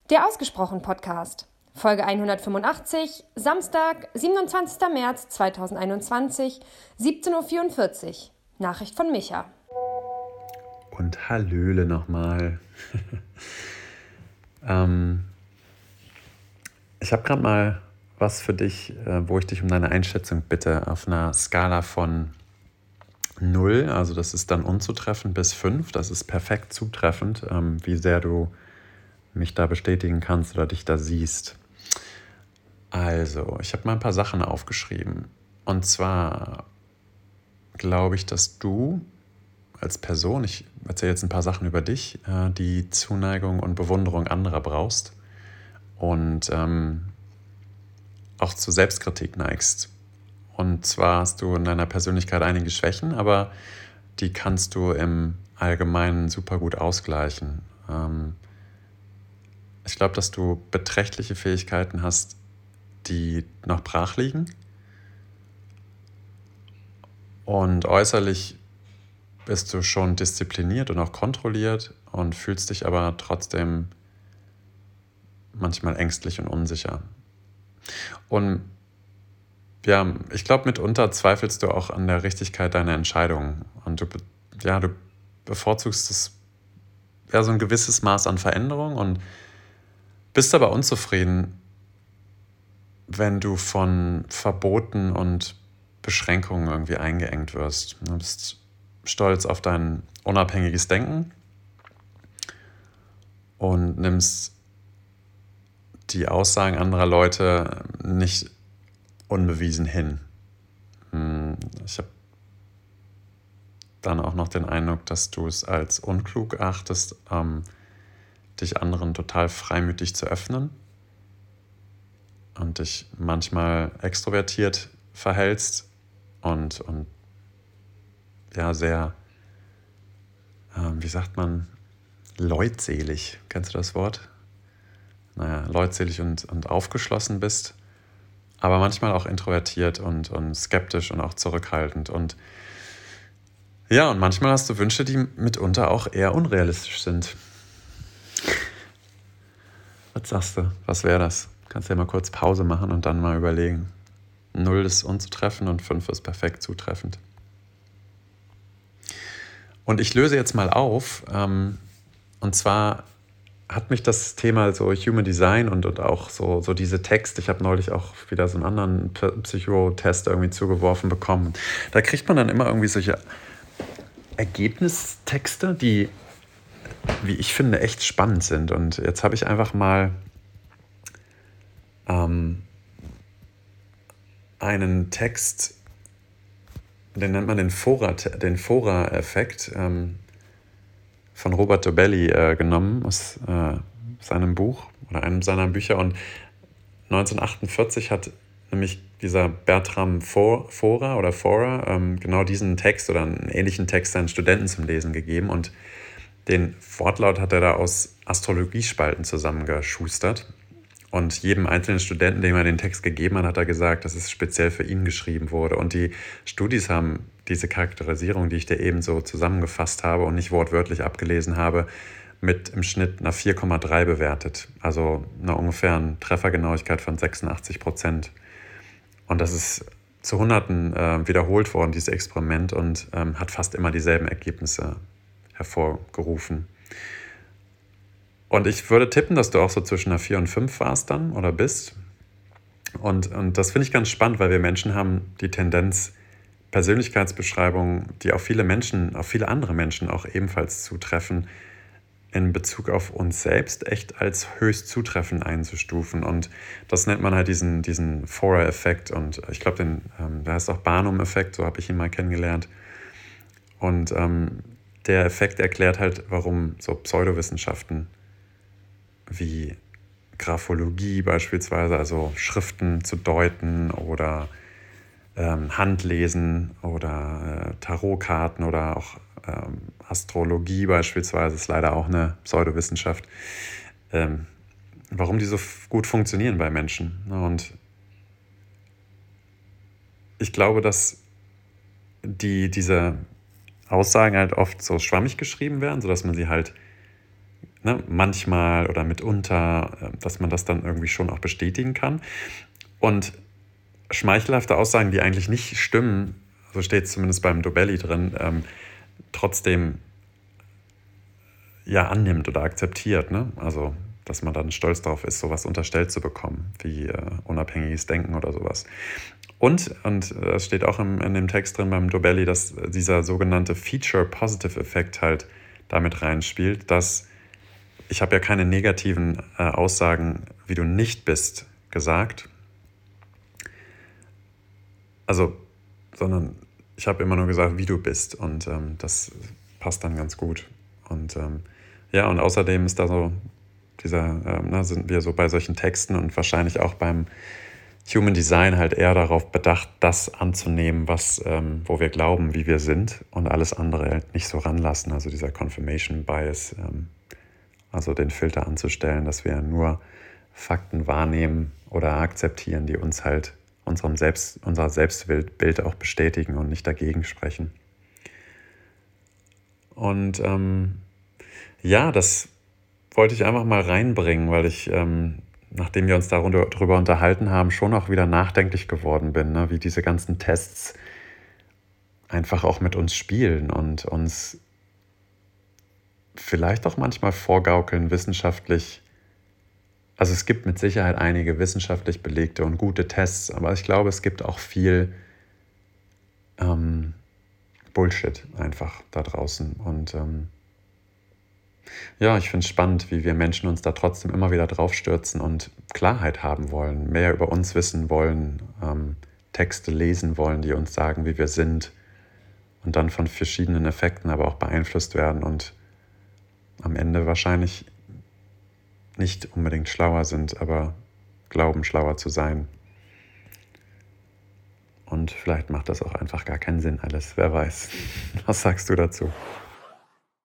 Der Ausgesprochen-Podcast, Folge 185, Samstag, 27. März 2021, 17.44 Uhr. Nachricht von Micha. Und Hallöle nochmal. Ich habe gerade mal was für dich, wo ich dich um deine Einschätzung bitte, auf einer Skala von 0, also das ist dann unzutreffend, bis 5, das ist perfekt zutreffend, wie sehr du mich da bestätigen kannst oder dich da siehst. Also, ich habe mal ein paar Sachen aufgeschrieben. Und zwar glaube ich, dass du als Person, ich erzähle jetzt ein paar Sachen über dich, die Zuneigung und Bewunderung anderer brauchst und auch zur Selbstkritik neigst. Und zwar hast du in deiner Persönlichkeit einige Schwächen, aber die kannst du im Allgemeinen super gut ausgleichen. Ich glaube, dass du beträchtliche Fähigkeiten hast, die noch brach liegen. Und äußerlich bist du schon diszipliniert und auch kontrolliert und fühlst dich aber trotzdem manchmal ängstlich und unsicher. Und ja, ich glaube, mitunter zweifelst du auch an der Richtigkeit deiner Entscheidungen. Und du bevorzugst so ein gewisses Maß an Veränderung und bist aber unzufrieden, wenn du von Verboten und Beschränkungen irgendwie eingeengt wirst. Du bist stolz auf dein unabhängiges Denken und nimmst die Aussagen anderer Leute nicht unbewiesen hin. Ich habe dann auch noch den Eindruck, dass du es als unklug erachtest, dich anderen total freimütig zu öffnen und dich manchmal extrovertiert verhältst und ja, sehr, wie sagt man, leutselig, kennst du das Wort? Leutselig und aufgeschlossen bist, aber manchmal auch introvertiert und skeptisch und auch zurückhaltend. Und ja, und manchmal hast du Wünsche, die mitunter auch eher unrealistisch sind. Was sagst du? Was wäre das? Kannst ja mal kurz Pause machen und dann mal überlegen. 0 ist unzutreffend und 5 ist perfekt zutreffend. Und ich löse jetzt mal auf, und zwar hat mich das Thema so Human Design und auch so diese Texte, ich habe neulich auch wieder so einen anderen Psychotest irgendwie zugeworfen bekommen. Da kriegt man dann immer irgendwie solche Ergebnistexte, die, wie ich finde, echt spannend sind. Und jetzt habe ich einfach mal einen Text, den nennt man den Fora-Effekt, von Robert Dobelli genommen aus seinem Buch oder einem seiner Bücher. Und 1948 hat nämlich dieser Bertram Fora genau diesen Text oder einen ähnlichen Text seinen Studenten zum Lesen gegeben. Und den Wortlaut hat er da aus Astrologiespalten zusammengeschustert. Und jedem einzelnen Studenten, dem er den Text gegeben hat, hat er gesagt, dass es speziell für ihn geschrieben wurde. Und die Studis haben diese Charakterisierung, die ich dir eben so zusammengefasst habe und nicht wortwörtlich abgelesen habe, mit im Schnitt einer 4,3 bewertet. Also einer ungefähren Treffergenauigkeit von 86%. Und das ist zu Hunderten wiederholt worden, dieses Experiment, und hat fast immer dieselben Ergebnisse hervorgerufen. Und ich würde tippen, dass du auch so zwischen einer 4 und 5 warst dann oder bist. Und das finde ich ganz spannend, weil wir Menschen haben die Tendenz, Persönlichkeitsbeschreibungen, die auf viele andere Menschen auch ebenfalls zutreffen, in Bezug auf uns selbst echt als höchst zutreffend einzustufen. Und das nennt man halt diesen Fora-Effekt. Und ich glaube, der heißt auch Barnum-Effekt, so habe ich ihn mal kennengelernt. Und der Effekt erklärt halt, warum so Pseudowissenschaften wie Graphologie beispielsweise, also Schriften zu deuten oder Handlesen oder Tarotkarten oder auch Astrologie beispielsweise, ist leider auch eine Pseudowissenschaft, warum die so gut funktionieren bei Menschen. Und ich glaube, dass diese Aussagen halt oft so schwammig geschrieben werden, sodass man sie halt manchmal oder mitunter, dass man das dann irgendwie schon auch bestätigen kann. Und schmeichelhafte Aussagen, die eigentlich nicht stimmen, so steht es zumindest beim Dobelli drin, trotzdem ja annimmt oder akzeptiert. Ne? Also, dass man dann stolz darauf ist, sowas unterstellt zu bekommen, wie unabhängiges Denken oder sowas. Und das steht auch in dem Text drin beim Dobelli, dass dieser sogenannte Feature-Positive-Effekt halt damit reinspielt, dass ich habe ja keine negativen Aussagen, wie du nicht bist, gesagt. Also, sondern ich habe immer nur gesagt, wie du bist. Und das passt dann ganz gut. Und ja, und außerdem ist da so sind wir so bei solchen Texten und wahrscheinlich auch beim Human Design halt eher darauf bedacht, das anzunehmen, wo wir glauben, wie wir sind und alles andere halt nicht so ranlassen. Also dieser Confirmation Bias, also den Filter anzustellen, dass wir nur Fakten wahrnehmen oder akzeptieren, die uns halt unser Selbstbild auch bestätigen und nicht dagegen sprechen. Und ja, das wollte ich einfach mal reinbringen, weil ich, nachdem wir uns darüber unterhalten haben, schon auch wieder nachdenklich geworden bin, ne? Wie diese ganzen Tests einfach auch mit uns spielen und uns vielleicht auch manchmal vorgaukeln, wissenschaftlich. Also es gibt mit Sicherheit einige wissenschaftlich belegte und gute Tests, aber ich glaube, es gibt auch viel Bullshit einfach da draußen. Und ja, ich finde es spannend, wie wir Menschen uns da trotzdem immer wieder draufstürzen und Klarheit haben wollen, mehr über uns wissen wollen, Texte lesen wollen, die uns sagen, wie wir sind und dann von verschiedenen Effekten aber auch beeinflusst werden und am Ende wahrscheinlich nicht unbedingt schlauer sind, aber glauben, schlauer zu sein. Und vielleicht macht das auch einfach gar keinen Sinn alles, wer weiß. Was sagst du dazu?